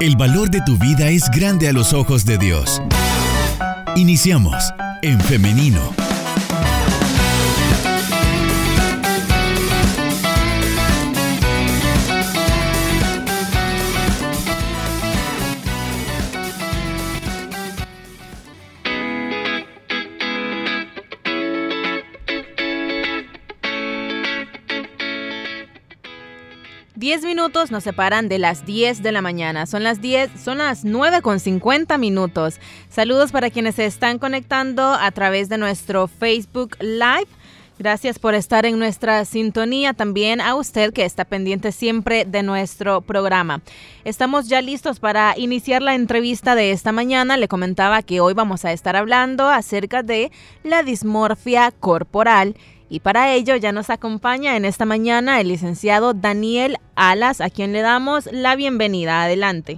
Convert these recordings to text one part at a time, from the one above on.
El valor de tu vida es grande a los ojos de Dios. Iniciamos en femenino. Diez minutos nos separan de las 10 de la mañana. Son las 9:50. Saludos para quienes se están conectando a través de nuestro Facebook Live. Gracias por estar en nuestra sintonía. También a usted que está pendiente siempre de nuestro programa. Estamos ya listos para iniciar la entrevista de esta mañana. Le comentaba que hoy vamos a estar hablando acerca de la dismorfia corporal. Y para ello ya nos acompaña en esta mañana el licenciado Daniel Alas, a quien le damos la bienvenida. Adelante.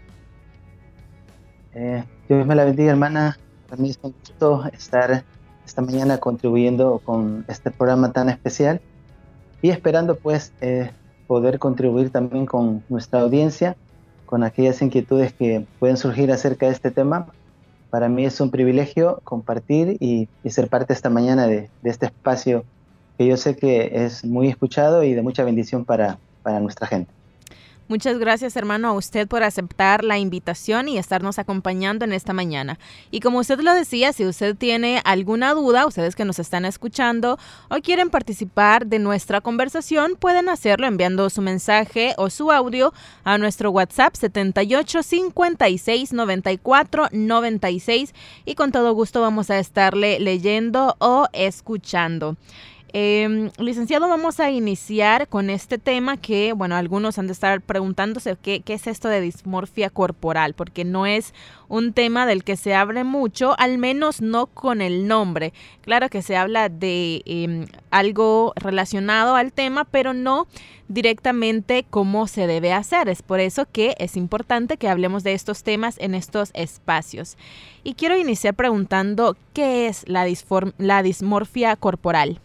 Dios me la bendiga, hermana. Para mí es un gusto estar esta mañana contribuyendo con este programa tan especial y esperando pues poder contribuir también con nuestra audiencia, con aquellas inquietudes que pueden surgir acerca de este tema. Para mí es un privilegio compartir y ser parte esta mañana de este espacio que yo sé que es muy escuchado y de mucha bendición para nuestra gente. Muchas gracias, hermano, a usted por aceptar la invitación y estarnos acompañando en esta mañana. Y como usted lo decía, si usted tiene alguna duda, ustedes que nos están escuchando o quieren participar de nuestra conversación, pueden hacerlo enviando su mensaje o su audio a nuestro WhatsApp 78 56 94 96 y con todo gusto vamos a estarle leyendo o escuchando. Licenciado, vamos a iniciar con este tema que, bueno, algunos han de estar preguntándose qué es esto de dismorfia corporal, porque no es un tema del que se hable mucho, al menos no con el nombre. Claro que se habla de algo relacionado al tema, pero no directamente cómo se debe hacer. Es por eso que es importante que hablemos de estos temas en estos espacios. Y quiero iniciar preguntando, ¿qué es la dismorfia corporal?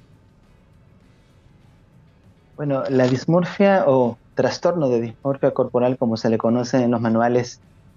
Bueno, la dismorfia o trastorno de dismorfia corporal, como se le conoce en los manuales,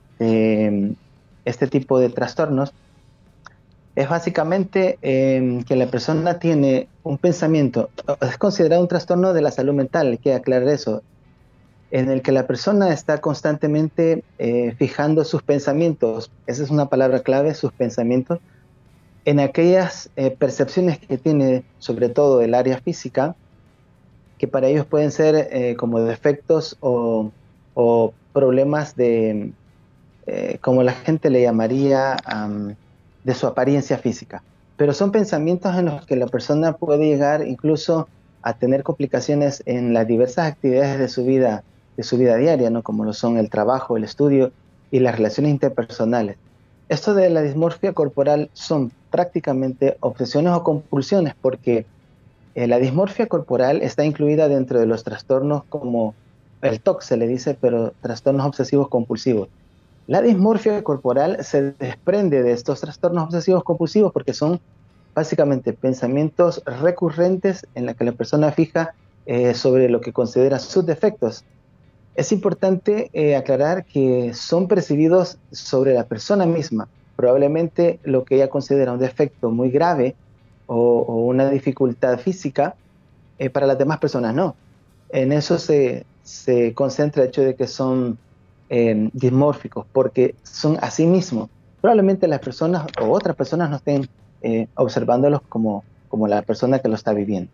este tipo de trastornos, es básicamente que la persona tiene un pensamiento, es considerado un trastorno de la salud mental, hay que aclarar eso, en el que la persona está constantemente fijando sus pensamientos, esa es una palabra clave, sus pensamientos, en aquellas percepciones que tiene, sobre todo el área física, que para ellos pueden ser como defectos o problemas de, como la gente le llamaría, de su apariencia física. Pero son pensamientos en los que la persona puede llegar incluso a tener complicaciones en las diversas actividades de su vida diaria, ¿no? Como lo son el trabajo, el estudio y las relaciones interpersonales. Esto de la dismorfia corporal son prácticamente obsesiones o compulsiones, porque la dismorfia corporal está incluida dentro de los trastornos como el TOC se le dice, pero trastornos obsesivos compulsivos. La dismorfia corporal se desprende de estos trastornos obsesivos compulsivos porque son básicamente pensamientos recurrentes en la que la persona fija sobre lo que considera sus defectos. Es importante aclarar que son percibidos sobre la persona misma. Probablemente lo que ella considera un defecto muy grave o una dificultad física, para las demás personas no. En eso se concentra el hecho de que son dismórficos, porque son a sí mismos. Probablemente las personas o otras personas no estén observándolos como la persona que lo está viviendo.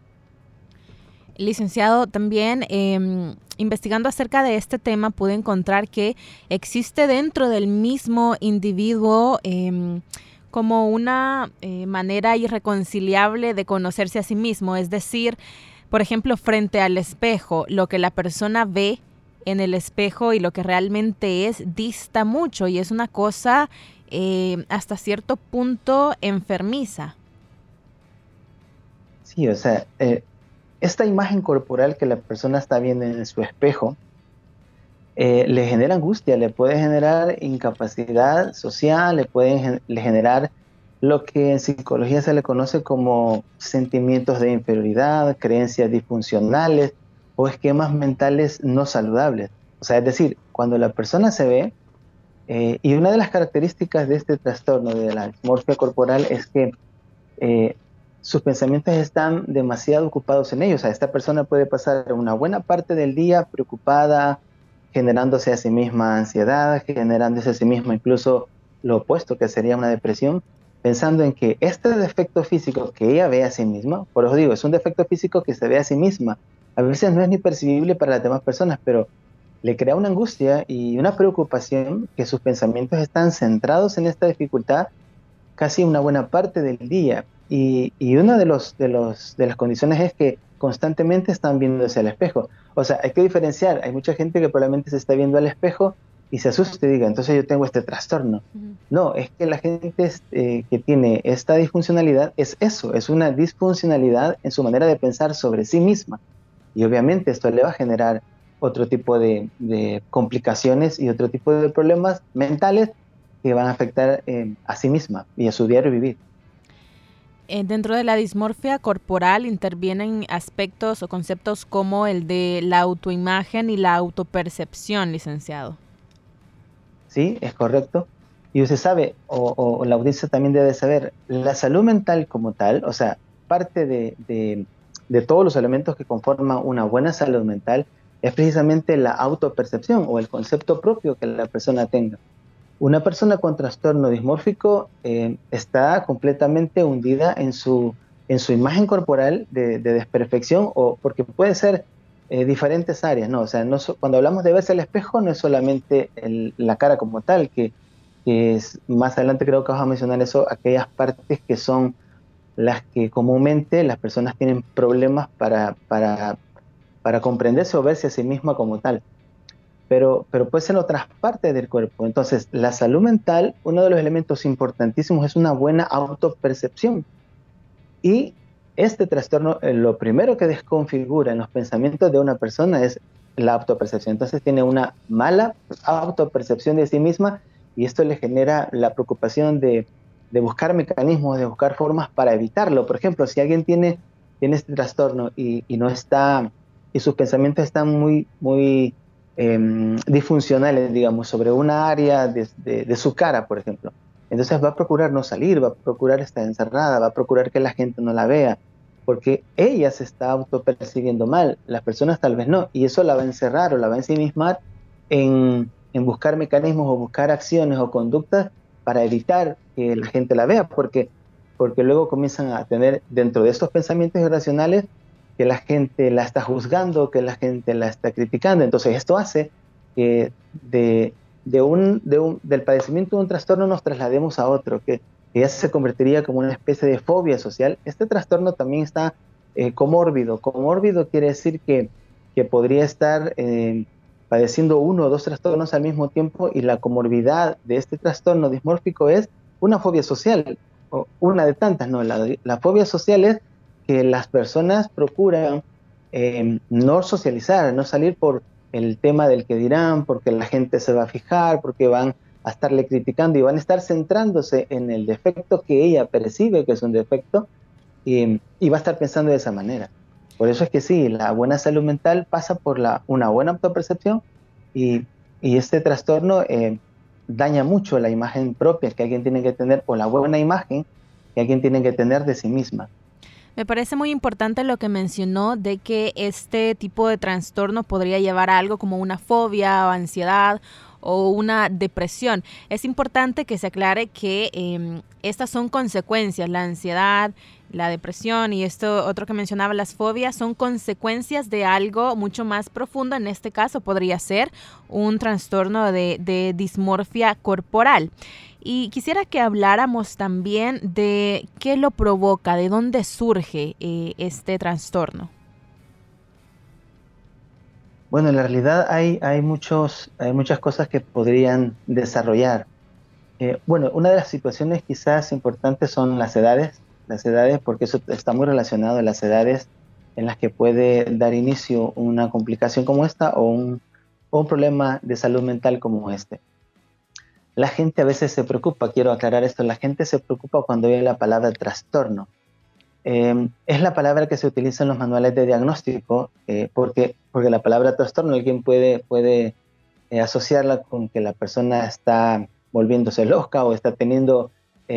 Licenciado, también investigando acerca de este tema pude encontrar que existe dentro del mismo individuo como una manera irreconciliable de conocerse a sí mismo, es decir, por ejemplo, frente al espejo, lo que la persona ve en el espejo y lo que realmente es dista mucho y es una cosa hasta cierto punto enfermiza. Sí, o sea, esta imagen corporal que la persona está viendo en su espejo le genera angustia, le puede generar incapacidad social, le generar lo que en psicología se le conoce como sentimientos de inferioridad, creencias disfuncionales o esquemas mentales no saludables. O sea, es decir, cuando la persona se ve, y una de las características de este trastorno de la dismorfia corporal es que eh, sus pensamientos están demasiado ocupados en ellos. O sea, esta persona puede pasar una buena parte del día preocupada, generándose a sí misma ansiedad, generándose a sí misma incluso lo opuesto, que sería una depresión, pensando en que este defecto físico que ella ve a sí misma, por eso digo, es un defecto físico que se ve a sí misma, a veces no es ni percibible para las demás personas, pero le crea una angustia y una preocupación que sus pensamientos están centrados en esta dificultad casi una buena parte del día. Y una de las condiciones es que constantemente están viéndose al espejo. O sea, hay que diferenciar. Hay mucha gente que probablemente se está viendo al espejo y se asusta y diga, entonces yo tengo este trastorno. No, es que la gente que tiene esta disfuncionalidad es eso, es una disfuncionalidad en su manera de pensar sobre sí misma. Y obviamente esto le va a generar otro tipo de complicaciones y otro tipo de problemas mentales que van a afectar a sí misma y a su diario vivir. Dentro de la dismorfia corporal intervienen aspectos o conceptos como el de la autoimagen y la autopercepción, licenciado. Sí, es correcto. Y usted sabe, o la audiencia también debe saber, la salud mental como tal, o sea, parte de todos los elementos que conforman una buena salud mental es precisamente la autopercepción o el concepto propio que la persona tenga. Una persona con trastorno dismórfico está completamente hundida en su imagen corporal de desperfección, o porque puede ser diferentes áreas, ¿no? O sea, cuando hablamos de verse al espejo no es solamente la cara como tal, que es, más adelante creo que vas a mencionar eso, aquellas partes que son las que comúnmente las personas tienen problemas para comprenderse o verse a sí misma como tal. Pero puede ser en otras partes del cuerpo. Entonces, la salud mental, uno de los elementos importantísimos es una buena autopercepción. Y este trastorno, lo primero que desconfigura en los pensamientos de una persona es la autopercepción. Entonces, tiene una mala autopercepción de sí misma y esto le genera la preocupación de buscar mecanismos, de buscar formas para evitarlo. Por ejemplo, si alguien tiene este trastorno y no está, y sus pensamientos están muy disfuncionales, digamos, sobre una área de su cara, por ejemplo. Entonces va a procurar no salir, va a procurar estar encerrada, va a procurar que la gente no la vea, porque ella se está autopercibiendo mal, las personas tal vez no, y eso la va a encerrar o la va a ensimismar en buscar mecanismos o buscar acciones o conductas para evitar que la gente la vea, porque luego comienzan a tener dentro de estos pensamientos irracionales que la gente la está juzgando, que la gente la está criticando. Entonces esto hace que del padecimiento de un trastorno nos traslademos a otro, que ya se convertiría como una especie de fobia social. Este trastorno también está comórbido. Comórbido quiere decir que podría estar padeciendo uno o dos trastornos al mismo tiempo, y la comorbidad de este trastorno dismórfico es una fobia social, o una de tantas, ¿no? La fobia social es que las personas procuran no socializar, no salir por el tema del que dirán, porque la gente se va a fijar, porque van a estarle criticando y van a estar centrándose en el defecto que ella percibe que es un defecto, y va a estar pensando de esa manera. Por eso es que sí, la buena salud mental pasa por una buena autopercepción, y este trastorno daña mucho la imagen propia que alguien tiene que tener, o la buena imagen que alguien tiene que tener de sí misma. Me parece muy importante lo que mencionó de que este tipo de trastorno podría llevar a algo como una fobia o ansiedad o una depresión. Es importante que se aclare que estas son consecuencias, la ansiedad, la depresión y esto otro que mencionaba, las fobias, son consecuencias de algo mucho más profundo. En este caso podría ser un trastorno de dismorfia corporal. Y quisiera que habláramos también de qué lo provoca, de dónde surge este trastorno. Bueno, en la realidad hay muchas cosas que podrían desarrollar. Bueno, una de las situaciones quizás importantes son las edades, porque eso está muy relacionado a las edades en las que puede dar inicio una complicación como esta, o un problema de salud mental como este. La gente a veces se preocupa, quiero aclarar esto, la gente se preocupa cuando oye la palabra trastorno. Es la palabra que se utiliza en los manuales de diagnóstico, porque la palabra trastorno alguien puede asociarla con que la persona está volviéndose loca o está teniendo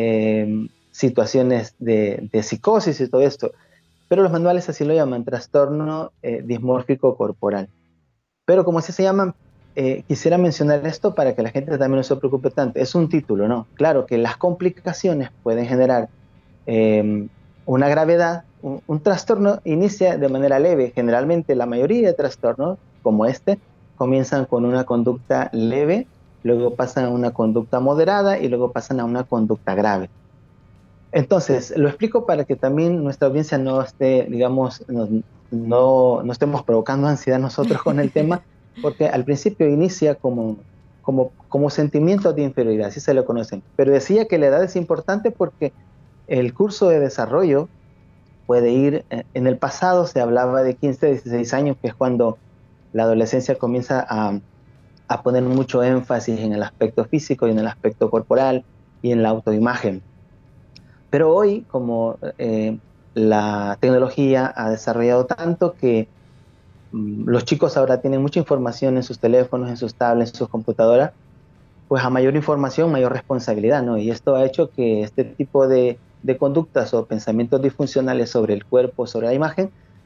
situaciones de psicosis y todo esto. Pero los manuales así lo llaman, trastorno dismórfico corporal. Pero como así se llaman, quisiera mencionar esto para que la gente también no se preocupe tanto. Es un título, ¿no? Claro que las complicaciones pueden generar una gravedad. Un trastorno inicia de manera leve. Generalmente la mayoría de trastornos, como este, comienzan con una conducta leve, luego pasan a una conducta moderada y luego pasan a una conducta grave. Entonces, lo explico para que también nuestra audiencia no esté, digamos, no estemos provocando ansiedad nosotros con el tema, porque al principio inicia como sentimientos de inferioridad, así se lo conocen. Pero decía que la edad es importante porque el curso de desarrollo puede ir, en el pasado se hablaba de 15, 16 años, que es cuando la adolescencia comienza a poner mucho énfasis en el aspecto físico y en el aspecto corporal y en la autoimagen. Pero hoy, como la tecnología ha desarrollado tanto que los chicos ahora tienen mucha información en sus teléfonos, en sus tablets, en sus computadoras, pues a mayor información, mayor responsabilidad, ¿no? Y esto ha hecho que este tipo de conductas o pensamientos disfuncionales sobre el cuerpo, sobre la imagen,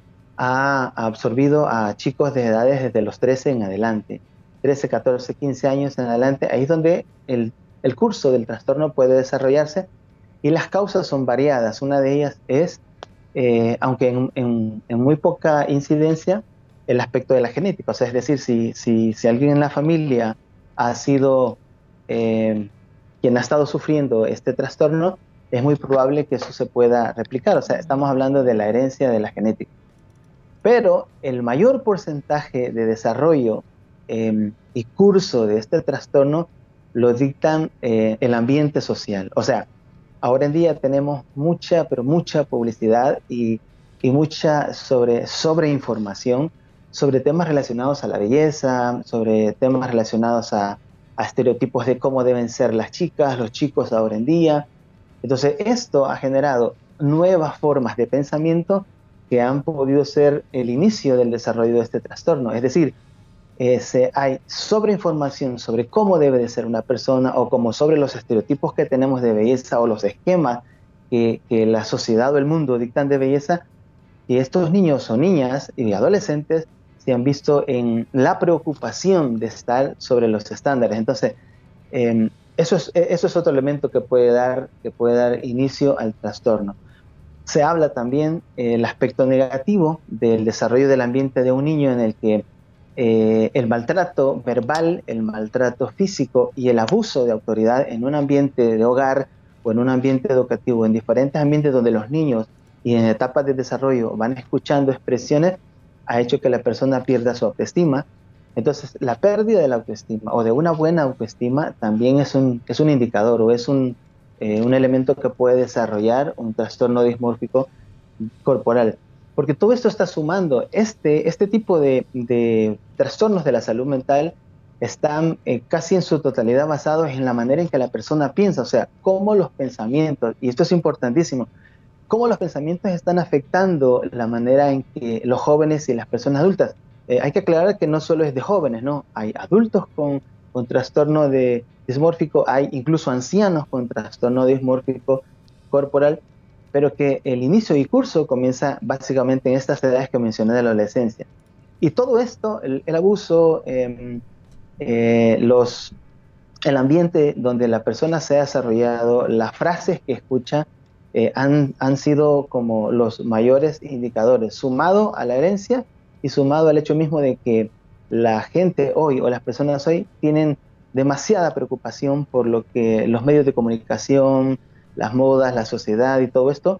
ha absorbido a chicos de edades desde los 13 en adelante, 13, 14, 15 años en adelante. Ahí es donde el curso del trastorno puede desarrollarse. Y las causas son variadas. Una de ellas es, aunque en muy poca incidencia, el aspecto de la genética. O sea, es decir, si alguien en la familia ha sido quien ha estado sufriendo este trastorno, es muy probable que eso se pueda replicar. O sea, estamos hablando de la herencia de la genética. Pero el mayor porcentaje de desarrollo y curso de este trastorno lo dictan el ambiente social. O sea, ahora en día tenemos mucha, pero mucha publicidad y mucha sobreinformación sobre temas relacionados a la belleza, sobre temas relacionados a estereotipos de cómo deben ser las chicas, los chicos ahora en día. Entonces, esto ha generado nuevas formas de pensamiento que han podido ser el inicio del desarrollo de este trastorno. Es decir, hay sobreinformación sobre cómo debe de ser una persona o como sobre los estereotipos que tenemos de belleza o los esquemas que la sociedad o el mundo dictan de belleza, y estos niños o niñas y adolescentes se han visto en la preocupación de estar sobre los estándares. Entonces, eso es otro elemento que puede dar inicio al trastorno. Se habla también el aspecto negativo del desarrollo del ambiente de un niño en el que el maltrato verbal, el maltrato físico y el abuso de autoridad en un ambiente de hogar o en un ambiente educativo, en diferentes ambientes donde los niños y en etapas de desarrollo van escuchando expresiones, ha hecho que la persona pierda su autoestima. Entonces, la pérdida de la autoestima o de una buena autoestima también es un indicador o es un elemento que puede desarrollar un trastorno dismórfico corporal. Porque todo esto está sumando. Este tipo de trastornos de la salud mental están casi en su totalidad basados en la manera en que la persona piensa, o sea, cómo los pensamientos, y esto es importantísimo, cómo los pensamientos están afectando la manera en que los jóvenes y las personas adultas. Hay que aclarar que no solo es de jóvenes, ¿no? Hay adultos con trastorno dismórfico, hay incluso ancianos con trastorno dismórfico corporal, pero que el inicio y curso comienza básicamente en estas edades que mencioné de la adolescencia. Y todo esto, el abuso, el ambiente donde la persona se ha desarrollado, las frases que escucha, han sido como los mayores indicadores, sumado a la herencia y sumado al hecho mismo de que la gente hoy o las personas hoy tienen demasiada preocupación por lo que los medios de comunicación, las modas, la sociedad y todo esto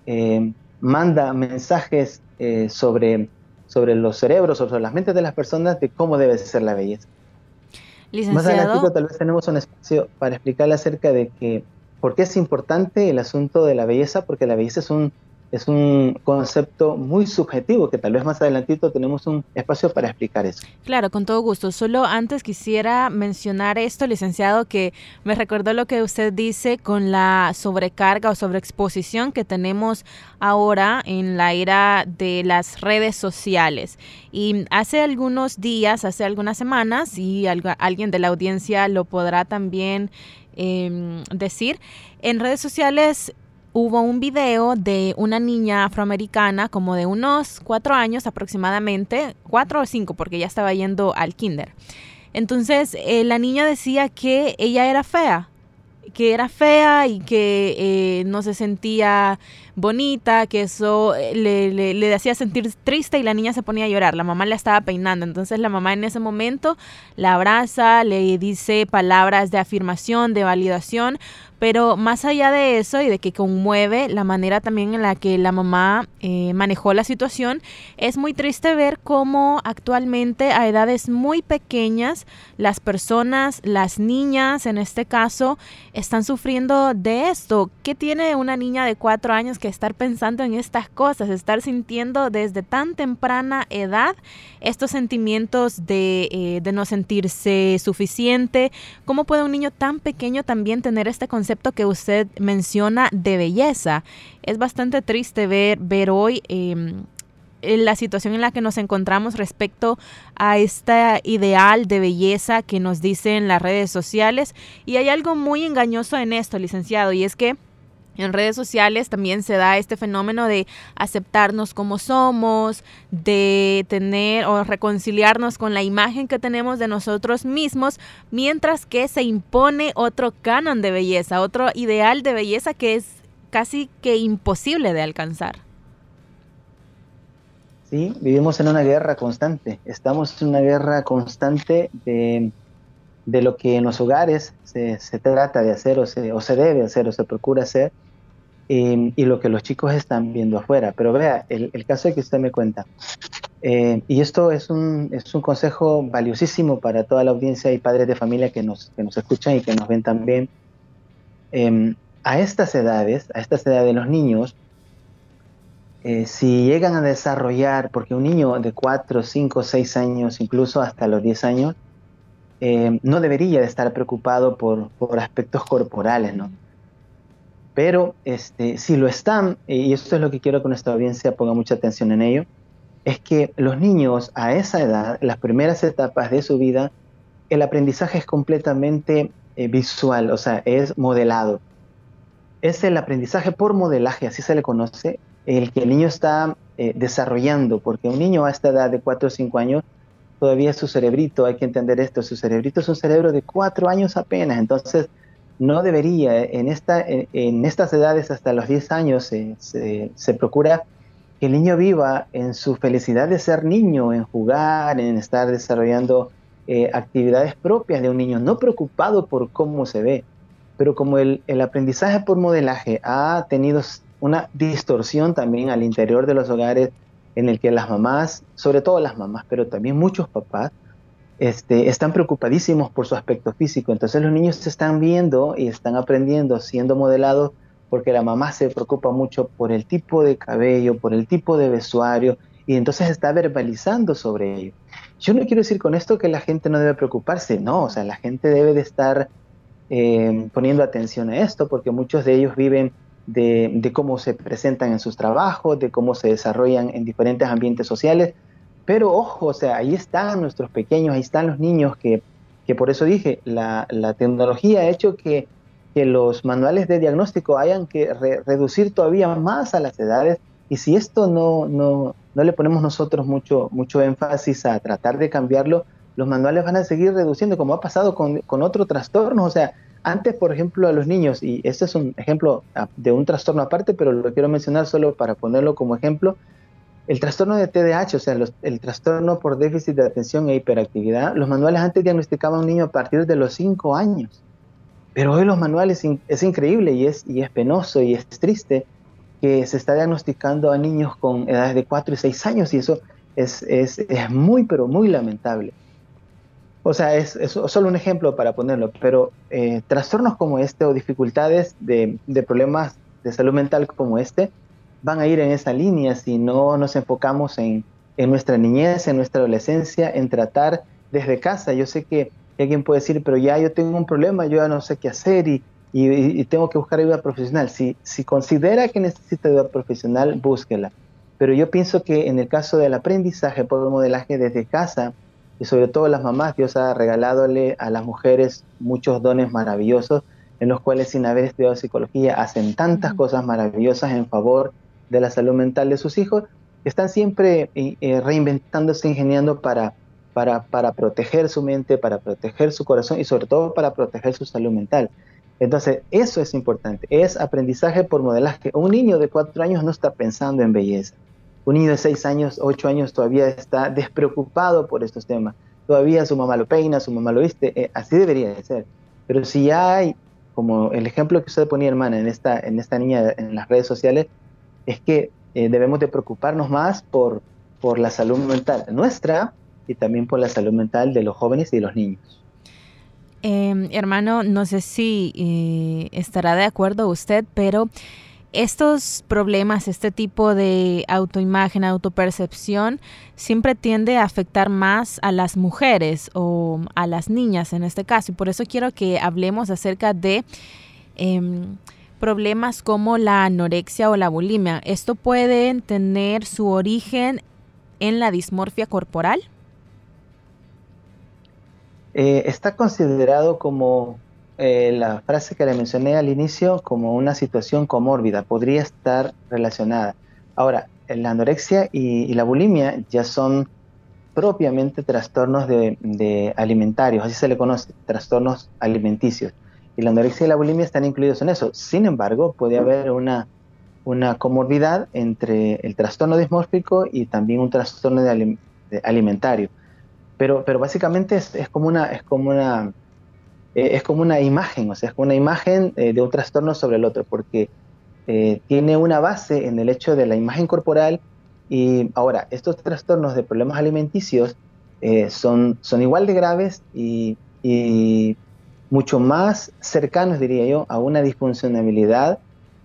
manda mensajes sobre los cerebros, sobre las mentes de las personas de cómo debe ser la belleza. Licenciado. Más adelante tal vez tenemos un espacio para explicarle acerca de que por qué es importante el asunto de la belleza, porque la belleza es un es un concepto muy subjetivo que tal vez más adelantito tenemos un espacio para explicar eso. Claro, con todo gusto. Solo antes quisiera mencionar esto, licenciado, que me recordó lo que usted dice con la sobrecarga o sobreexposición que tenemos ahora en la era de las redes sociales. Y hace algunos días, hace algunas semanas, y alguien de la audiencia lo podrá también decir, en redes sociales hubo un video de una niña afroamericana como de unos 4 años aproximadamente, 4 o 5 porque ya estaba yendo al kinder. Entonces la niña decía que ella era fea y que no se sentía bonita, que eso le hacía sentir triste y la niña se ponía a llorar. La mamá la estaba peinando, entonces la mamá en ese momento la abraza, le dice palabras de afirmación, de validación, pero más allá de eso y de que conmueve la manera también en la que la mamá manejó la situación, es muy triste ver cómo actualmente a edades muy pequeñas las personas, las niñas en este caso, están sufriendo de esto. ¿Qué tiene una niña de 4 años que estar pensando en estas cosas, estar sintiendo desde tan temprana edad estos sentimientos de no sentirse suficiente? ¿Cómo puede un niño tan pequeño también tener este concepto que usted menciona de belleza? Es bastante triste ver hoy la situación en la que nos encontramos respecto a este ideal de belleza que nos dicen las redes sociales. Y hay algo muy engañoso en esto, licenciado, y es que en redes sociales también se da este fenómeno de aceptarnos como somos, de tener o reconciliarnos con la imagen que tenemos de nosotros mismos, mientras que se impone otro canon de belleza, otro ideal de belleza que es casi que imposible de alcanzar. Sí, vivimos en una guerra constante. Estamos en una guerra constante de lo que en los hogares se trata de hacer o se debe hacer o se procura hacer, y lo que los chicos están viendo afuera. Pero vea, el caso que usted me cuenta, y esto es un consejo valiosísimo para toda la audiencia y padres de familia que nos escuchan y que nos ven también. A estas edades los niños, si llegan a desarrollar, porque un niño de 4, 5, 6 años, incluso hasta los 10 años, no debería de estar preocupado por aspectos corporales, ¿no? Pero si lo están, y esto es lo que quiero que nuestra audiencia ponga mucha atención en ello, es que los niños a esa edad, las primeras etapas de su vida, el aprendizaje es completamente visual, o sea, es modelado. Es el aprendizaje por modelaje, así se le conoce, el que el niño está desarrollando, porque un niño a esta edad de 4 o 5 años, todavía su cerebrito, hay que entender esto, su cerebrito es un cerebro de 4 años apenas, entonces no debería, en estas edades hasta los 10 años se procura que el niño viva en su felicidad de ser niño, en jugar, en estar desarrollando actividades propias de un niño, no preocupado por cómo se ve. Pero como el aprendizaje por modelaje ha tenido una distorsión también al interior de los hogares, en el que las mamás, sobre todo las mamás, pero también muchos papás, están preocupadísimos por su aspecto físico. Entonces los niños se están viendo y están aprendiendo, siendo modelados, porque la mamá se preocupa mucho por el tipo de cabello, por el tipo de vestuario, y entonces está verbalizando sobre ello. Yo no quiero decir con esto que la gente no debe preocuparse, no, o sea, la gente debe de estar poniendo atención a esto, porque muchos de ellos viven de cómo se presentan en sus trabajos, de cómo se desarrollan en diferentes ambientes sociales. Pero ojo, o sea, ahí están nuestros pequeños, ahí están los niños que por eso dije, la tecnología ha hecho que los manuales de diagnóstico hayan que reducir todavía más a las edades, y si esto no le ponemos nosotros mucho énfasis a tratar de cambiarlo, los manuales van a seguir reduciendo, como ha pasado con otros trastornos. O sea, antes, por ejemplo, a los niños, y este es un ejemplo de un trastorno aparte, pero lo quiero mencionar solo para ponerlo como ejemplo, el trastorno de TDAH, o sea, el trastorno por déficit de atención e hiperactividad, los manuales antes diagnosticaban a un niño a partir de los 5 años. Pero hoy los manuales, es increíble y es penoso y es triste que se está diagnosticando a niños con edades de 4 y 6 años, y eso es muy, pero muy lamentable. O sea, es solo un ejemplo para ponerlo, pero trastornos como este o dificultades de problemas de salud mental como este, van a ir en esa línea si no nos enfocamos en nuestra niñez, en nuestra adolescencia, en tratar desde casa. Yo sé que alguien puede decir, pero ya yo tengo un problema, yo ya no sé qué hacer y tengo que buscar ayuda profesional. Si considera que necesita ayuda profesional, búsquela. Pero yo pienso que en el caso del aprendizaje por el modelaje desde casa, y sobre todo las mamás, Dios ha regaladole a las mujeres muchos dones maravillosos, en los cuales sin haber estudiado psicología hacen tantas cosas maravillosas en favor de la salud mental de sus hijos, que están siempre reinventándose, ingeniando para proteger su mente, para proteger su corazón y sobre todo para proteger su salud mental. Entonces, eso es importante, es aprendizaje por modelaje. Un niño de 4 años no está pensando en belleza. Un niño de 6 años, 8 años todavía está despreocupado por estos temas. Todavía su mamá lo peina, su mamá lo viste, así debería de ser. Pero si ya hay, como el ejemplo que usted ponía, hermana, en esta niña en las redes sociales, es que debemos de preocuparnos más por la salud mental nuestra y también por la salud mental de los jóvenes y de los niños. Hermano, no sé si estará de acuerdo usted, pero estos problemas, este tipo de autoimagen, autopercepción, siempre tiende a afectar más a las mujeres o a las niñas en este caso. Y por eso quiero que hablemos acerca de problemas como la anorexia o la bulimia. ¿Esto puede tener su origen en la dismorfia corporal? Está considerado como la frase que le mencioné al inicio, como una situación comórbida, podría estar relacionada. Ahora, la anorexia y la bulimia ya son propiamente trastornos de alimentarios, así se le conoce, trastornos alimenticios. Y la anorexia y la bulimia están incluidos en eso. Sin embargo, puede haber una comorbidad entre el trastorno dismórfico y también un trastorno de alimentario. Pero básicamente es como una imagen, o sea, es como una imagen de un trastorno sobre el otro, porque tiene una base en el hecho de la imagen corporal. Y ahora, estos trastornos de problemas alimenticios son igual de graves y mucho más cercanos, diría yo, a una disfuncionalidad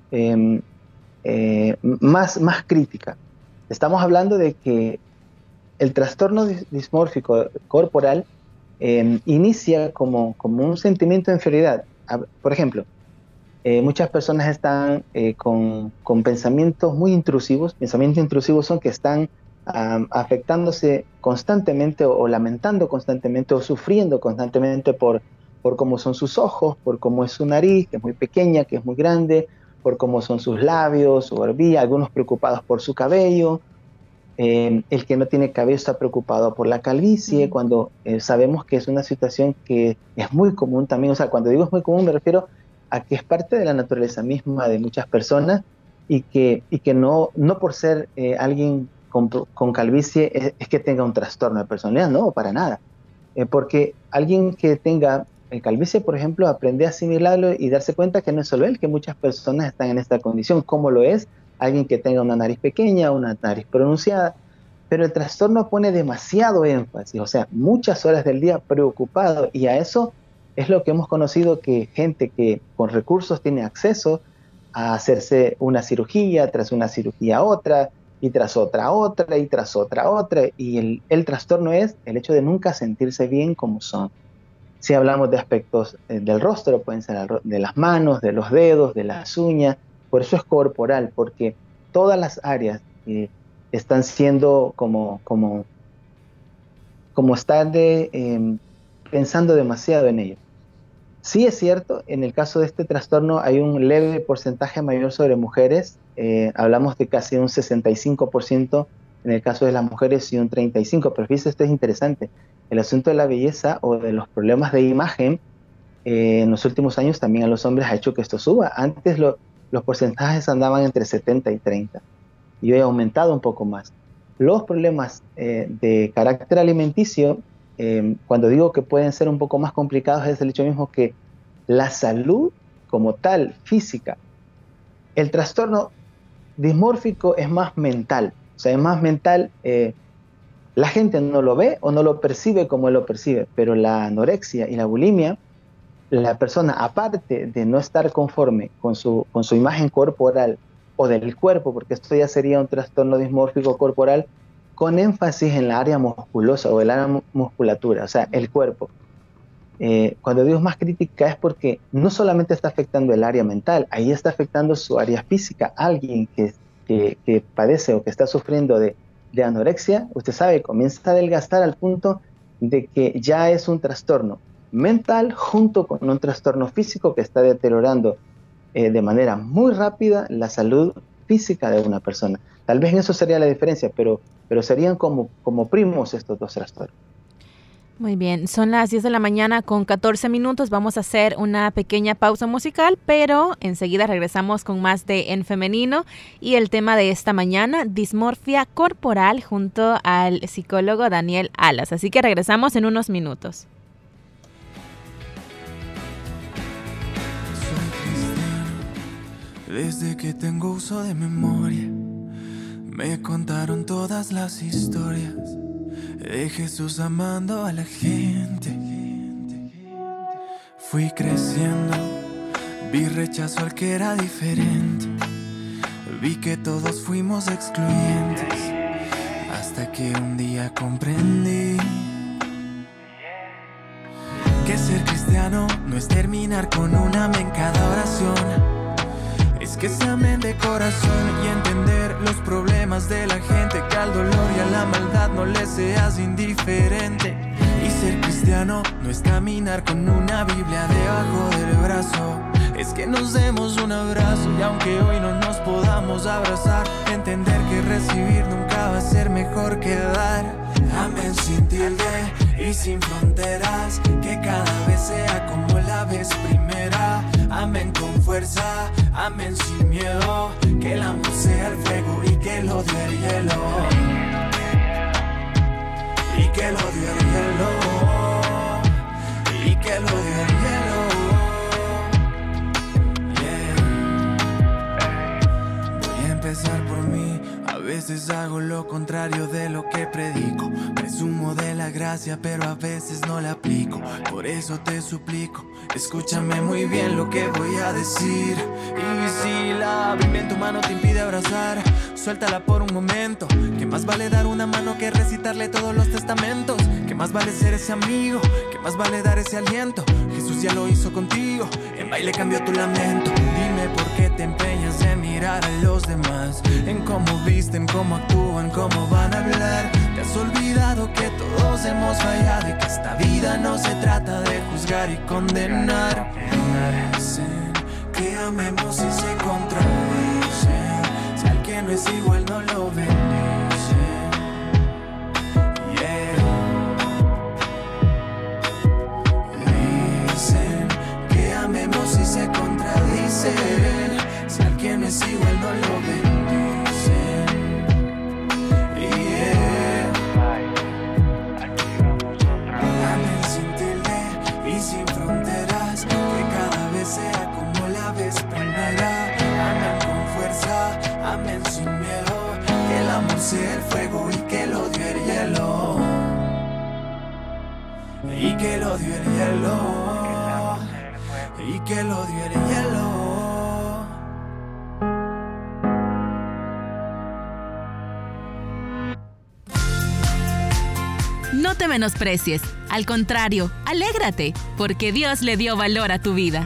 más crítica. Estamos hablando de que el trastorno dismórfico corporal inicia como un sentimiento de inferioridad. Por ejemplo, muchas personas están con pensamientos muy intrusivos. Pensamientos intrusivos son que están afectándose constantemente o lamentando constantemente o sufriendo constantemente por cómo son sus ojos, por cómo es su nariz, que es muy pequeña, que es muy grande, por cómo son sus labios, su barbilla, algunos preocupados por su cabello. El que no tiene cabello está preocupado por la calvicie, cuando sabemos que es una situación que es muy común también. O sea, cuando digo es muy común me refiero a que es parte de la naturaleza misma de muchas personas y que no por ser alguien con calvicie es que tenga un trastorno de personalidad, no, para nada. Porque alguien que tenga calvicie, por ejemplo, aprende a asimilarlo y darse cuenta que no es solo él, que muchas personas están en esta condición, como lo es alguien que tenga una nariz pequeña, una nariz pronunciada. Pero el trastorno pone demasiado énfasis, o sea, muchas horas del día preocupado, y a eso es lo que hemos conocido, que gente que con recursos tiene acceso a hacerse una cirugía, tras una cirugía otra, y tras otra, y tras otra, y el trastorno es el hecho de nunca sentirse bien como son. Si hablamos de aspectos del rostro, pueden ser de las manos, de los dedos, de las uñas, por eso es corporal, porque todas las áreas están siendo como estar pensando demasiado en ello. Sí es cierto, en el caso de este trastorno hay un leve porcentaje mayor sobre mujeres, hablamos de casi un 65% en el caso de las mujeres y un 35%, pero fíjese, esto es interesante, el asunto de la belleza o de los problemas de imagen en los últimos años también a los hombres ha hecho que esto suba. Antes los porcentajes andaban entre 70 y 30, y hoy ha aumentado un poco más. Los problemas de carácter alimenticio, cuando digo que pueden ser un poco más complicados, es el hecho mismo que la salud como tal, física, el trastorno dismórfico es más mental, o sea, es más mental, la gente no lo ve o no lo percibe como él lo percibe, pero la anorexia y la bulimia, la persona, aparte de no estar conforme con su imagen corporal o del cuerpo, porque esto ya sería un trastorno dismórfico corporal con énfasis en la área musculosa o el área musculatura, o sea, el cuerpo. Cuando digo más crítica es porque no solamente está afectando el área mental, ahí está afectando su área física. Alguien que padece o que está sufriendo de anorexia, usted sabe, comienza a adelgazar al punto de que ya es un trastorno mental junto con un trastorno físico que está deteriorando de manera muy rápida la salud física de una persona. Tal vez en eso sería la diferencia, pero serían como primos estos dos trastornos. Muy bien, son las 10 de la mañana con 14 minutos. Vamos a hacer una pequeña pausa musical, pero enseguida regresamos con más de En Femenino y el tema de esta mañana, dismorfia corporal, junto al psicólogo Daniel Alas. Así que regresamos en unos minutos. Desde que tengo uso de memoria, me contaron todas las historias de Jesús amando a la gente. Fui creciendo, vi rechazo al que era diferente, vi que todos fuimos excluyentes, hasta que un día comprendí que ser cristiano no es terminar con un amén en cada oración. Es que se amen de corazón y entender los problemas de la gente, que al dolor y a la maldad no le seas indiferente. Y ser cristiano no es caminar con una Biblia debajo del brazo, es que nos demos un abrazo y aunque hoy no nos podamos abrazar, entender que recibir nunca va a ser mejor que dar. Amén sin tilde y sin fronteras, que cada vez sea como la vez primera. Amén con fuerza, amén sin miedo, que el amor sea el fuego y que el odio el hielo, y que el odio el hielo, y que el odio el hielo. Yeah. Voy a empezar por mí. A veces hago lo contrario de lo que predico. Presumo de la gracia, pero a veces no la aplico. Por eso te suplico, escúchame muy bien lo que voy a decir. Y si la Biblia en tu mano te impide abrazar, suéltala por un momento. Que más vale dar una mano que recitarle todos los testamentos. Que más vale ser ese amigo, que más vale dar ese aliento. Jesús ya lo hizo contigo, en baile cambió tu lamento. Dime por qué te empeñas en mirar a los demás, en cómo visten, cómo actúan, cómo van a hablar. Te has olvidado que todos hemos fallado y que esta vida no se trata de juzgar y condenar. Dicen que amemos y se contradicen, si al que no es igual no lo bendicen. Yeah. Dicen que amemos y se contradicen, si al que no es igual no lo bendicen. Sin fronteras, que cada vez sea como la vez primera. Amén con fuerza, amén sin miedo, que el amor sea el fuego y que el odio el hielo, y que el odio el hielo, y que el odio el hielo. No te menosprecies, al contrario, alégrate, porque Dios le dio valor a tu vida.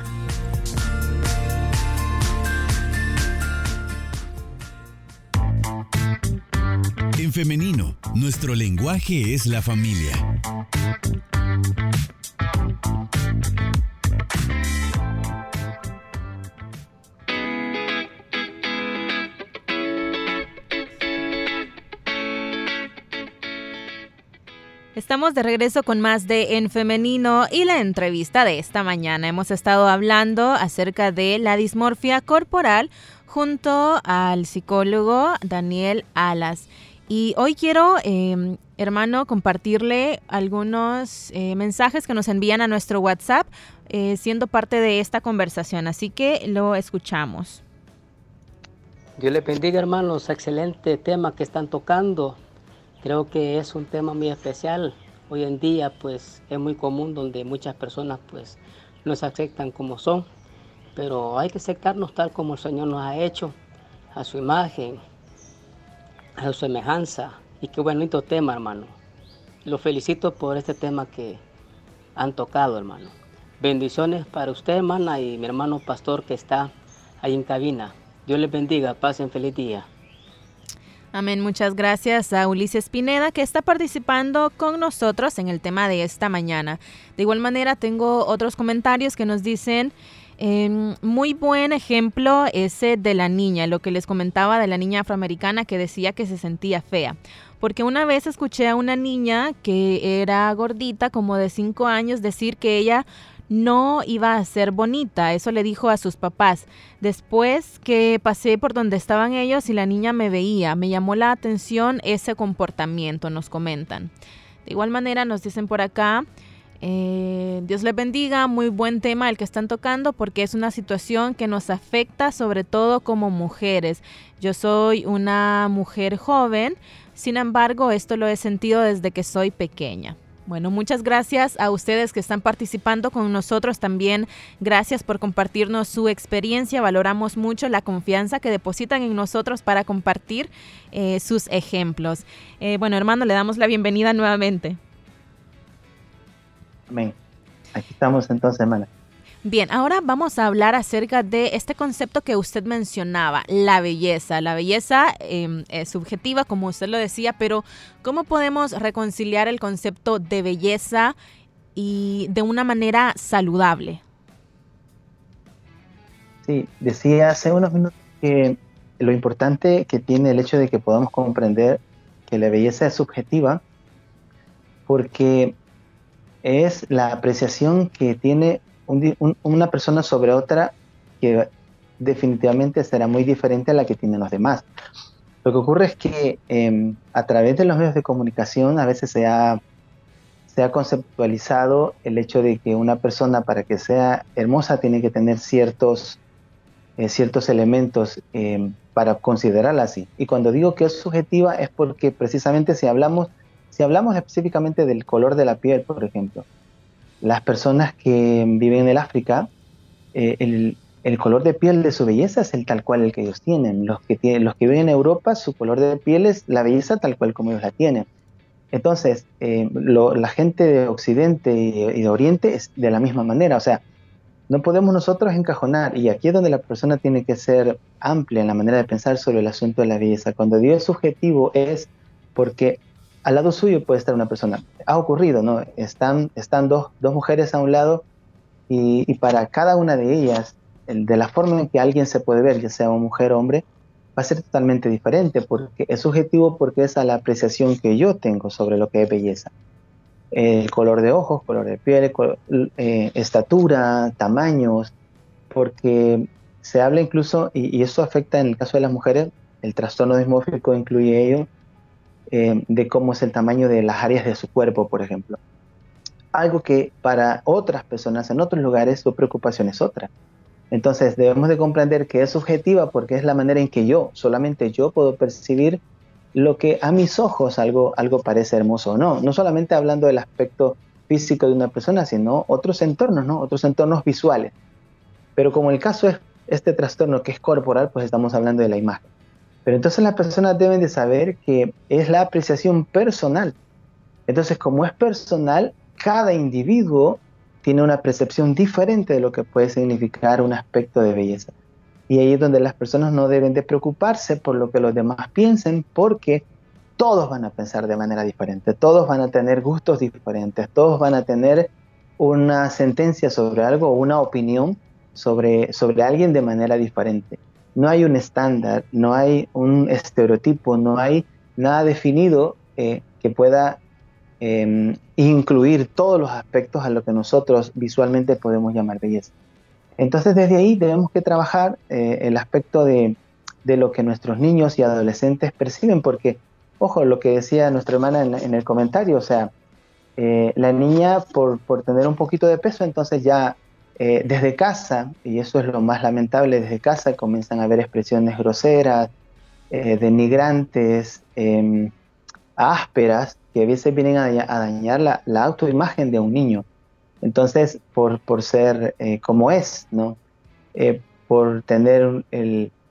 En femenino, nuestro lenguaje es la familia. Estamos de regreso con más de En Femenino y la entrevista de esta mañana. Hemos estado hablando acerca de la dismorfia corporal junto al psicólogo Daniel Alas. Y hoy quiero, hermano, compartirle algunos mensajes que nos envían a nuestro WhatsApp siendo parte de esta conversación. Así que lo escuchamos. Dios le bendiga, hermanos. Excelente tema que están tocando. Creo que es un tema muy especial. Hoy en día pues es muy común donde muchas personas pues nos aceptan como son, pero hay que aceptarnos tal como el Señor nos ha hecho. a su imagen, a su semejanza. Y qué bonito tema, hermano. Lo felicito por este tema que han tocado, hermano. Bendiciones para usted, hermana, y mi hermano pastor que está ahí en cabina. Dios les bendiga, pasen feliz día. Amén, muchas gracias a Ulises Pineda que está participando con nosotros en el tema de esta mañana. De igual manera tengo otros comentarios que nos dicen, muy buen ejemplo ese de la niña, lo que les comentaba de la niña afroamericana que decía que se sentía fea. Porque una vez escuché a una niña que era gordita, como de 5 años, decir que ella no iba a ser bonita. Eso le dijo a sus papás. Después que pasé por donde estaban ellos y la niña me veía, me llamó la atención ese comportamiento, nos comentan. De igual manera nos dicen por acá, Dios les bendiga, muy buen tema el que están tocando porque es una situación que nos afecta sobre todo como mujeres. Yo soy una mujer joven, sin embargo esto lo he sentido desde que soy pequeña. Bueno, muchas gracias a ustedes que están participando con nosotros también. Gracias por compartirnos su experiencia. Valoramos mucho la confianza que depositan en nosotros para compartir sus ejemplos. Bueno, hermano, le damos la bienvenida nuevamente. Amén. Aquí estamos entonces, hermana. Bien, ahora vamos a hablar acerca de este concepto que usted mencionaba, la belleza. La belleza es subjetiva, como usted lo decía, pero ¿cómo podemos reconciliar el concepto de belleza y de una manera saludable? Sí, decía hace unos minutos que lo importante que tiene el hecho de que podamos comprender que la belleza es subjetiva, porque es la apreciación que tiene una persona sobre otra que definitivamente será muy diferente a la que tienen los demás. Lo que ocurre es que a través de los medios de comunicación a veces se ha conceptualizado el hecho de que una persona para que sea hermosa tiene que tener ciertos elementos para considerarla así. Y cuando digo que es subjetiva es porque precisamente si hablamos específicamente del color de la piel, por ejemplo, las personas que viven en el África, el color de piel de su belleza es el tal cual el que ellos tienen. Los que viven en Europa, su color de piel es la belleza tal cual como ellos la tienen. Entonces, la gente de Occidente y de Oriente es de la misma manera. O sea, no podemos nosotros encajonar, y aquí es donde la persona tiene que ser amplia en la manera de pensar sobre el asunto de la belleza. Cuando digo subjetivo es porque al lado suyo puede estar una persona. Ha ocurrido, ¿no? Están dos mujeres a un lado y para cada una de ellas, de la forma en que alguien se puede ver, ya sea mujer o hombre, va a ser totalmente diferente porque es subjetivo, porque es a la apreciación que yo tengo sobre lo que es belleza. El color de ojos, color de piel, estatura, tamaños, porque se habla incluso, y eso afecta en el caso de las mujeres, el trastorno dismórfico incluye ello, de cómo es el tamaño de las áreas de su cuerpo, por ejemplo. Algo que para otras personas en otros lugares su preocupación es otra. Entonces debemos de comprender que es subjetiva porque es la manera en que solamente yo puedo percibir lo que a mis ojos algo parece hermoso o no. No solamente hablando del aspecto físico de una persona, sino otros entornos, ¿no? Otros entornos visuales. Pero como el caso es este trastorno que es corporal, pues estamos hablando de la imagen. Pero entonces las personas deben de saber que es la apreciación personal. Entonces, como es personal, cada individuo tiene una percepción diferente de lo que puede significar un aspecto de belleza. Y ahí es donde las personas no deben de preocuparse por lo que los demás piensen, porque todos van a pensar de manera diferente, todos van a tener gustos diferentes, todos van a tener una sentencia sobre algo o una opinión sobre alguien de manera diferente. No hay un estándar, no hay un estereotipo, no hay nada definido que pueda incluir todos los aspectos a lo que nosotros visualmente podemos llamar belleza. Entonces desde ahí debemos que trabajar el aspecto de lo que nuestros niños y adolescentes perciben, porque, ojo, lo que decía nuestra hermana en el comentario, o sea, la niña por tener un poquito de peso, entonces ya desde casa, y eso es lo más lamentable, desde casa comienzan a haber expresiones groseras, denigrantes, ásperas, que a veces vienen a dañar la autoimagen de un niño. Entonces, por ser como es, ¿no? Por tener el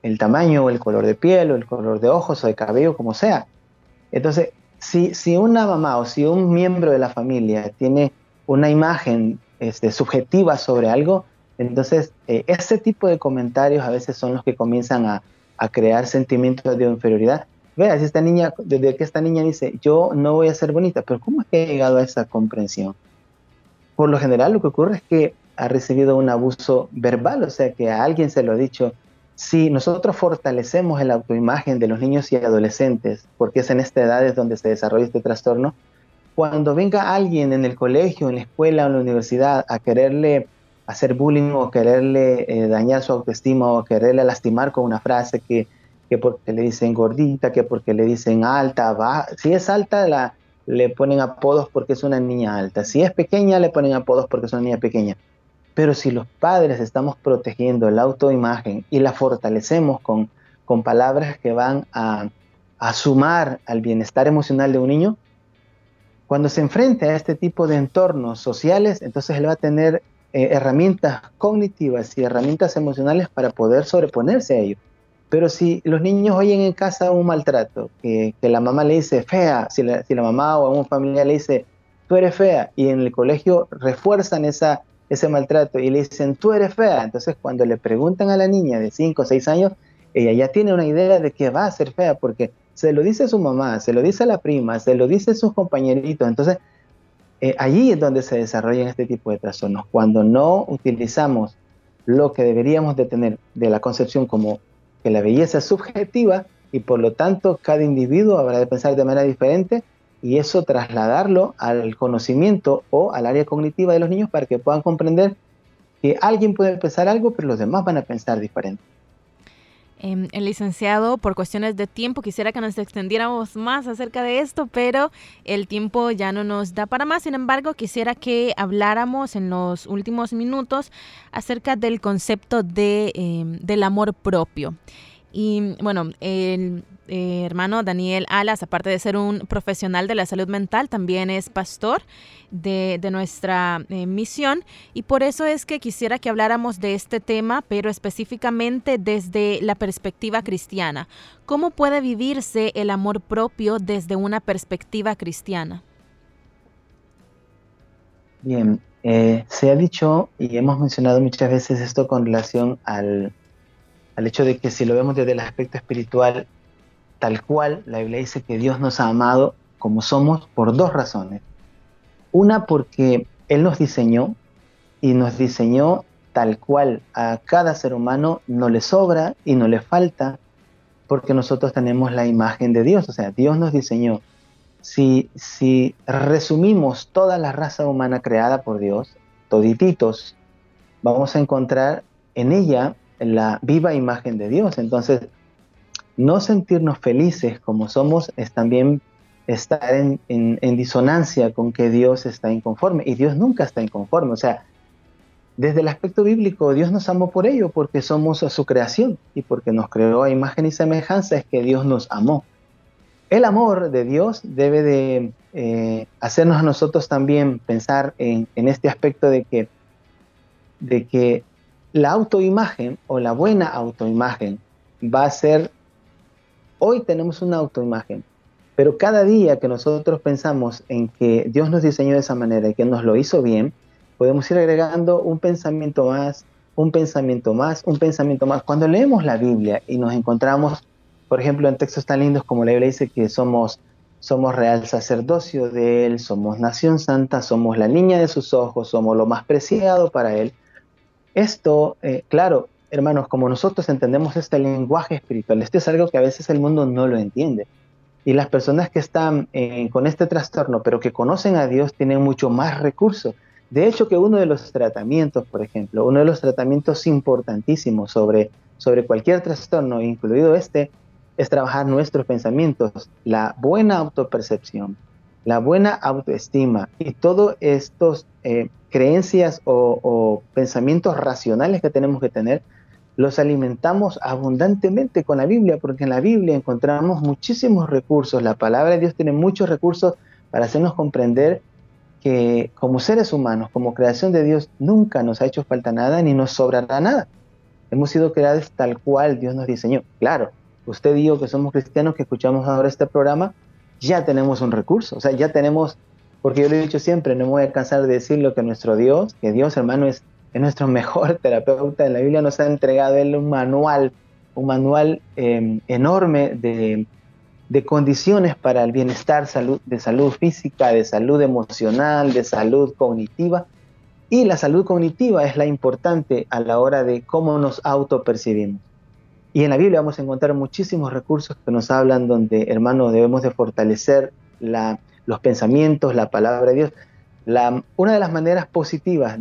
el tamaño o el color de piel o el color de ojos o de cabello, como sea. Entonces, si una mamá o si un miembro de la familia tiene una imagen subjetiva sobre algo, entonces ese tipo de comentarios a veces son los que comienzan a crear sentimientos de inferioridad. Vea, si esta niña, desde que esta niña dice, yo no voy a ser bonita, pero ¿cómo es que ha llegado a esa comprensión? Por lo general lo que ocurre es que ha recibido un abuso verbal, o sea que a alguien se lo ha dicho. Si nosotros fortalecemos la autoimagen de los niños y adolescentes, porque es en esta edad es donde se desarrolla este trastorno, cuando venga alguien en el colegio, en la escuela o en la universidad a quererle hacer bullying o quererle dañar su autoestima o quererle lastimar con una frase que porque le dicen gordita, que porque le dicen alta, baja. Si es alta, le ponen apodos porque es una niña alta. Si es pequeña, le ponen apodos porque es una niña pequeña. Pero si los padres estamos protegiendo la autoimagen y la fortalecemos con palabras que van a sumar al bienestar emocional de un niño, cuando se enfrente a este tipo de entornos sociales, entonces él va a tener herramientas cognitivas y herramientas emocionales para poder sobreponerse a ello. Pero si los niños oyen en casa un maltrato, que la mamá le dice fea, si la mamá o un familiar le dice tú eres fea, y en el colegio refuerzan ese maltrato y le dicen tú eres fea, entonces cuando le preguntan a la niña de 5 o 6 años, ella ya tiene una idea de que va a ser fea, porque se lo dice su mamá, se lo dice la prima, se lo dice sus compañeritos. Entonces allí es donde se desarrollan este tipo de trastornos, cuando no utilizamos lo que deberíamos de tener de la concepción como que la belleza es subjetiva y por lo tanto cada individuo habrá de pensar de manera diferente, y eso trasladarlo al conocimiento o al área cognitiva de los niños para que puedan comprender que alguien puede pensar algo, pero los demás van a pensar diferente. El licenciado, por cuestiones de tiempo, quisiera que nos extendiéramos más acerca de esto, pero el tiempo ya no nos da para más. Sin embargo, quisiera que habláramos en los últimos minutos acerca del concepto del amor propio. Y bueno, el hermano Daniel Alas, aparte de ser un profesional de la salud mental, también es pastor de nuestra misión, y por eso es que quisiera que habláramos de este tema, pero específicamente desde la perspectiva cristiana. ¿Cómo puede vivirse el amor propio desde una perspectiva cristiana? Bien, se ha dicho y hemos mencionado muchas veces esto con relación al hecho de que si lo vemos desde el aspecto espiritual, tal cual, la Biblia dice que Dios nos ha amado como somos por dos razones. Una, porque Él nos diseñó y nos diseñó tal cual. A cada ser humano no le sobra y no le falta, porque nosotros tenemos la imagen de Dios. O sea, Dios nos diseñó. Si resumimos toda la raza humana creada por Dios, todititos, vamos a encontrar en ella la viva imagen de Dios. Entonces, no sentirnos felices como somos es también estar en disonancia con que Dios está inconforme, y Dios nunca está inconforme. O sea, desde el aspecto bíblico, Dios nos amó por ello, porque somos su creación y porque nos creó a imagen y semejanza, es que Dios nos amó. El amor de Dios debe de hacernos a nosotros también pensar en este aspecto de que la autoimagen o la buena autoimagen va a ser, hoy tenemos una autoimagen, pero cada día que nosotros pensamos en que Dios nos diseñó de esa manera y que nos lo hizo bien, podemos ir agregando un pensamiento más, un pensamiento más, un pensamiento más. Cuando leemos la Biblia y nos encontramos, por ejemplo, en textos tan lindos como la Biblia dice que somos real sacerdocio de Él, somos nación santa, somos la niña de sus ojos, somos lo más preciado para Él. Esto, claro, hermanos, como nosotros entendemos este lenguaje espiritual, esto es algo que a veces el mundo no lo entiende. Y las personas que están con este trastorno, pero que conocen a Dios, tienen mucho más recursos. De hecho, que uno de los tratamientos, por ejemplo, uno de los tratamientos importantísimos sobre cualquier trastorno, incluido este, es trabajar nuestros pensamientos, la buena autopercepción, la buena autoestima y todos estos creencias o pensamientos racionales que tenemos que tener, los alimentamos abundantemente con la Biblia, porque en la Biblia encontramos muchísimos recursos. La palabra de Dios tiene muchos recursos para hacernos comprender que como seres humanos, como creación de Dios, nunca nos ha hecho falta nada ni nos sobrará nada. hemos sido creados tal cual Dios nos diseñó. Claro, usted y yo que somos cristianos, que escuchamos ahora este programa, ya tenemos un recurso, o sea, ya tenemos, porque yo lo he dicho siempre, no me voy a cansar de decirlo, que nuestro Dios, que Dios, hermano, es nuestro mejor terapeuta. En la Biblia nos ha entregado Él un manual enorme de condiciones para el bienestar, de salud física, de salud emocional, de salud cognitiva. Y la salud cognitiva es la importante a la hora de cómo nos autopercibimos. Y en la Biblia vamos a encontrar muchísimos recursos que nos hablan donde, hermanos, debemos de fortalecer los pensamientos, la palabra de Dios. Una de las maneras positivas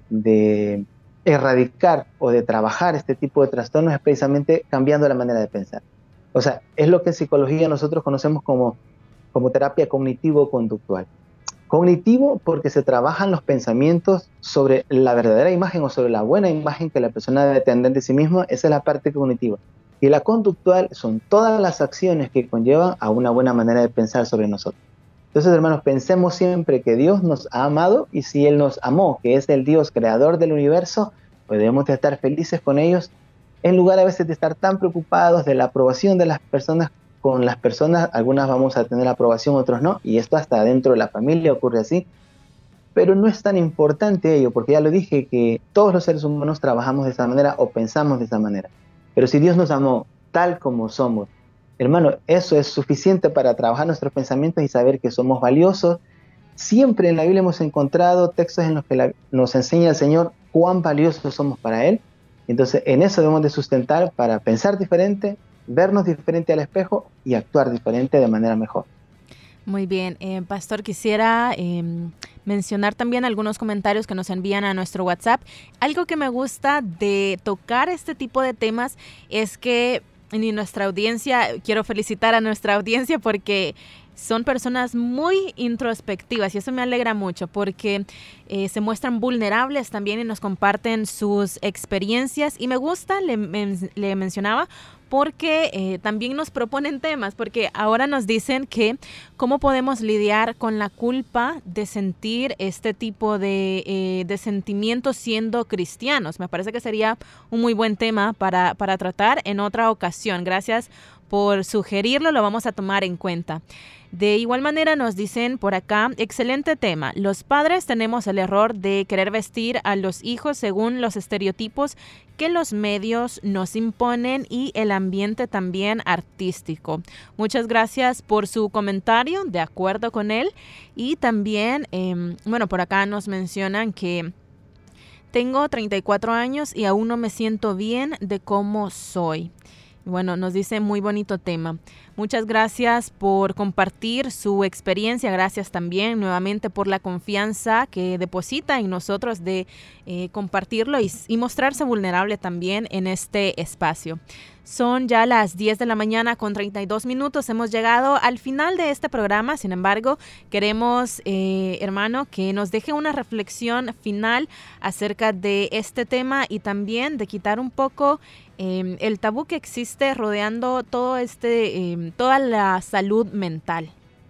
de erradicar o de trabajar este tipo de trastornos es precisamente cambiando la manera de pensar. O sea, es lo que en psicología nosotros conocemos como terapia cognitivo-conductual. Cognitivo porque se trabajan los pensamientos sobre la verdadera imagen o sobre la buena imagen que la persona debe tener de sí misma. Esa es la parte cognitiva. Y la conductual son todas las acciones que conllevan a una buena manera de pensar sobre nosotros. Entonces, hermanos, pensemos siempre que Dios nos ha amado, y si Él nos amó, que es el Dios creador del universo, pues debemos de estar felices con ellos, en lugar a veces de estar tan preocupados de la aprobación de las personas. Con las personas, algunas vamos a tener aprobación, otros no, y esto hasta dentro de la familia ocurre así, pero no es tan importante ello, porque ya lo dije, que todos los seres humanos trabajamos de esa manera o pensamos de esa manera. Pero si Dios nos amó tal como somos, hermano, eso es suficiente para trabajar nuestros pensamientos y saber que somos valiosos. Siempre en la Biblia hemos encontrado textos en los que nos enseña el Señor cuán valiosos somos para Él. Entonces, en eso debemos de sustentar para pensar diferente, vernos diferente al espejo y actuar diferente de manera mejor. Muy bien, Pastor, quisiera mencionar también algunos comentarios que nos envían a nuestro WhatsApp. Algo que me gusta de tocar este tipo de temas es que ni nuestra audiencia, quiero felicitar a nuestra audiencia porque son personas muy introspectivas y eso me alegra mucho porque se muestran vulnerables también y nos comparten sus experiencias. Y me gusta, le mencionaba, porque también nos proponen temas, porque ahora nos dicen que cómo podemos lidiar con la culpa de sentir este tipo de sentimientos siendo cristianos. Me parece que sería un muy buen tema para tratar en otra ocasión. Gracias por sugerirlo, lo vamos a tomar en cuenta. De igual manera nos dicen por acá, excelente tema. Los padres tenemos el error de querer vestir a los hijos según los estereotipos que los medios nos imponen y el ambiente también artístico. Muchas gracias por su comentario, de acuerdo con él. Y también, por acá nos mencionan que tengo 34 años y aún no me siento bien de cómo soy. Bueno, nos dice muy bonito tema. Muchas gracias por compartir su experiencia. Gracias también nuevamente por la confianza que deposita en nosotros de compartirlo y mostrarse vulnerable también en este espacio. Son ya las 10 de la mañana con 32 minutos. Hemos llegado al final de este programa. Sin embargo, queremos, hermano, que nos deje una reflexión final acerca de este tema y también de quitar un poco el tabú que existe rodeando todo toda la salud mental.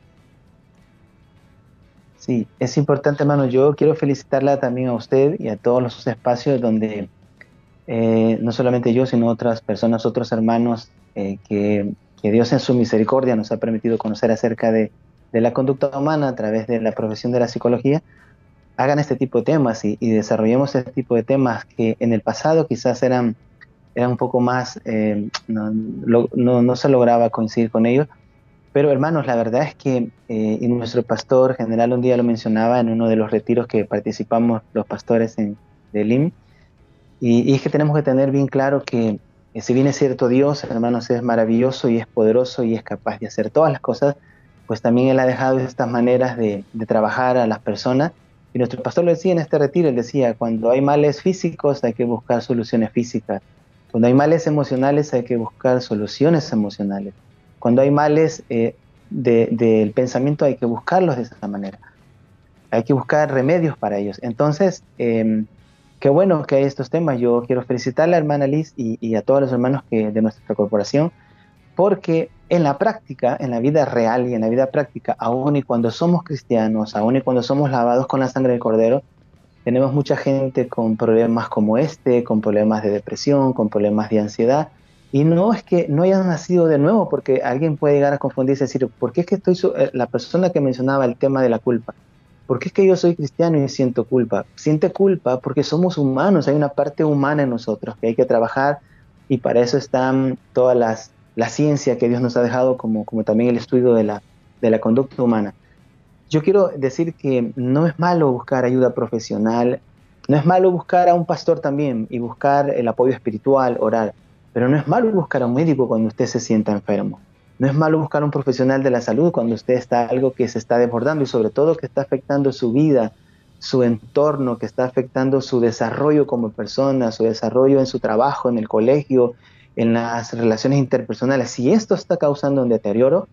Sí, es importante, hermano. Yo quiero felicitarla también a usted y a todos los espacios donde no solamente yo, sino otras personas, otros hermanos que Dios en su misericordia nos ha permitido conocer acerca de la conducta humana a través de la profesión de la psicología, hagan este tipo de temas y desarrollemos este tipo de temas que en el pasado quizás eran un poco más, no se lograba coincidir con ellos. Pero hermanos, la verdad es que y nuestro pastor general un día lo mencionaba en uno de los retiros que participamos los pastores de LIM, y es que tenemos que tener bien claro que si bien es cierto Dios, hermanos, es maravilloso y es poderoso y es capaz de hacer todas las cosas, pues también Él ha dejado estas maneras de trabajar a las personas. Y nuestro pastor lo decía en este retiro, él decía, cuando hay males físicos hay que buscar soluciones físicas. Cuando hay males emocionales hay que buscar soluciones emocionales. Cuando hay males del pensamiento hay que buscarlos de esa manera. Hay que buscar remedios para ellos. Entonces, qué bueno que hay estos temas. Yo quiero felicitar a la hermana Liz y a todos los hermanos de nuestra corporación, porque en la práctica, en la vida real y en la vida práctica, aún y cuando somos cristianos, aún y cuando somos lavados con la sangre del Cordero, Tenemos mucha gente con problemas como con problemas de depresión, con problemas de ansiedad, y no es que no hayan nacido de nuevo, porque alguien puede llegar a confundirse y decir, ¿por qué es que la persona que mencionaba el tema de la culpa? ¿Por qué es que yo soy cristiano y siento culpa? Siente culpa porque somos humanos, hay una parte humana en nosotros que hay que trabajar, y para eso están toda la ciencia que Dios nos ha dejado, como también el estudio de la conducta humana. Yo quiero decir que no es malo buscar ayuda profesional, no es malo buscar a un pastor también y buscar el apoyo espiritual, orar, pero no es malo buscar a un médico cuando usted se sienta enfermo. No es malo buscar a un profesional de la salud cuando usted está algo que se está desbordando y sobre todo que está afectando su vida, su entorno, que está afectando su desarrollo como persona, su desarrollo en su trabajo, en el colegio, en las relaciones interpersonales. Si esto está causando un deterioro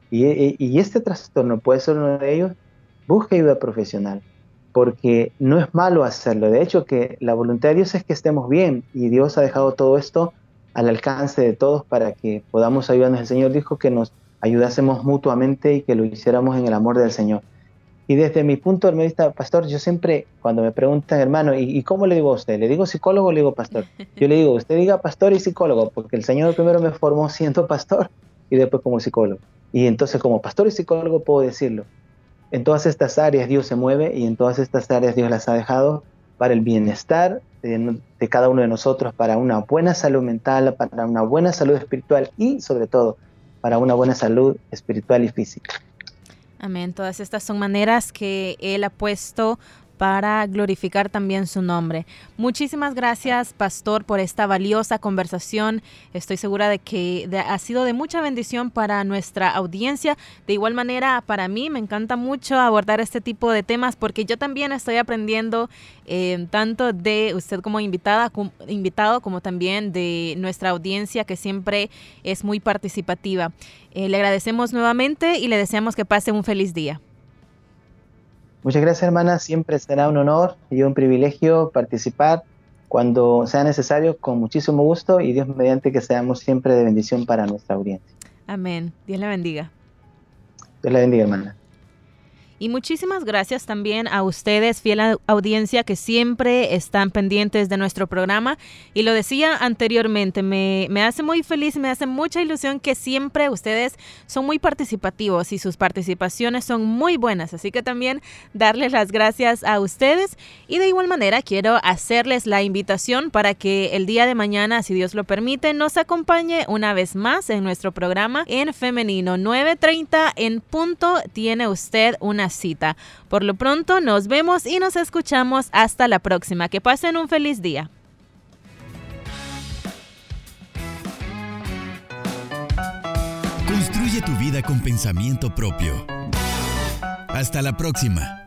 y este trastorno puede ser uno de ellos, busque ayuda profesional, porque no es malo hacerlo. De hecho, que la voluntad de Dios es que estemos bien, y Dios ha dejado todo esto al alcance de todos para que podamos ayudarnos. El Señor dijo que nos ayudásemos mutuamente y que lo hiciéramos en el amor del Señor. Y desde mi punto de vista, pastor, yo siempre, cuando me preguntan, hermano, ¿y cómo le digo a usted? ¿Le digo psicólogo o le digo pastor? Yo le digo, usted diga pastor y psicólogo, porque el Señor primero me formó siendo pastor y después como psicólogo. Y entonces como pastor y psicólogo puedo decirlo. En todas estas áreas Dios se mueve, y en todas estas áreas Dios las ha dejado para el bienestar de cada uno de nosotros, para una buena salud mental, para una buena salud espiritual y sobre todo para una buena salud espiritual y física. Amén. Todas estas son maneras que Él ha puesto para glorificar también su nombre. Muchísimas gracias, pastor, por esta valiosa conversación. Estoy segura de que ha sido de mucha bendición para nuestra audiencia. De igual manera, para mí me encanta mucho abordar este tipo de temas, porque yo también estoy aprendiendo tanto de usted como invitado, como también de nuestra audiencia, que siempre es muy participativa. Le agradecemos nuevamente y le deseamos que pase un feliz día. Muchas gracias, hermana. Siempre será un honor y un privilegio participar cuando sea necesario, con muchísimo gusto, y Dios mediante que seamos siempre de bendición para nuestra audiencia. Amén. Dios le bendiga. Dios la bendiga, hermana. Y muchísimas gracias también a ustedes, fiel audiencia, que siempre están pendientes de nuestro programa. Y lo decía anteriormente, me hace muy feliz, me hace mucha ilusión que siempre ustedes son muy participativos y sus participaciones son muy buenas. Así que también darles las gracias a ustedes. Y de igual manera quiero hacerles la invitación para que el día de mañana, si Dios lo permite, nos acompañe una vez más en nuestro programa en femenino. 9:30 en punto tiene usted una cita. Por lo pronto nos vemos y nos escuchamos hasta la próxima. Que pasen un feliz día. Construye tu vida con pensamiento propio. Hasta la próxima.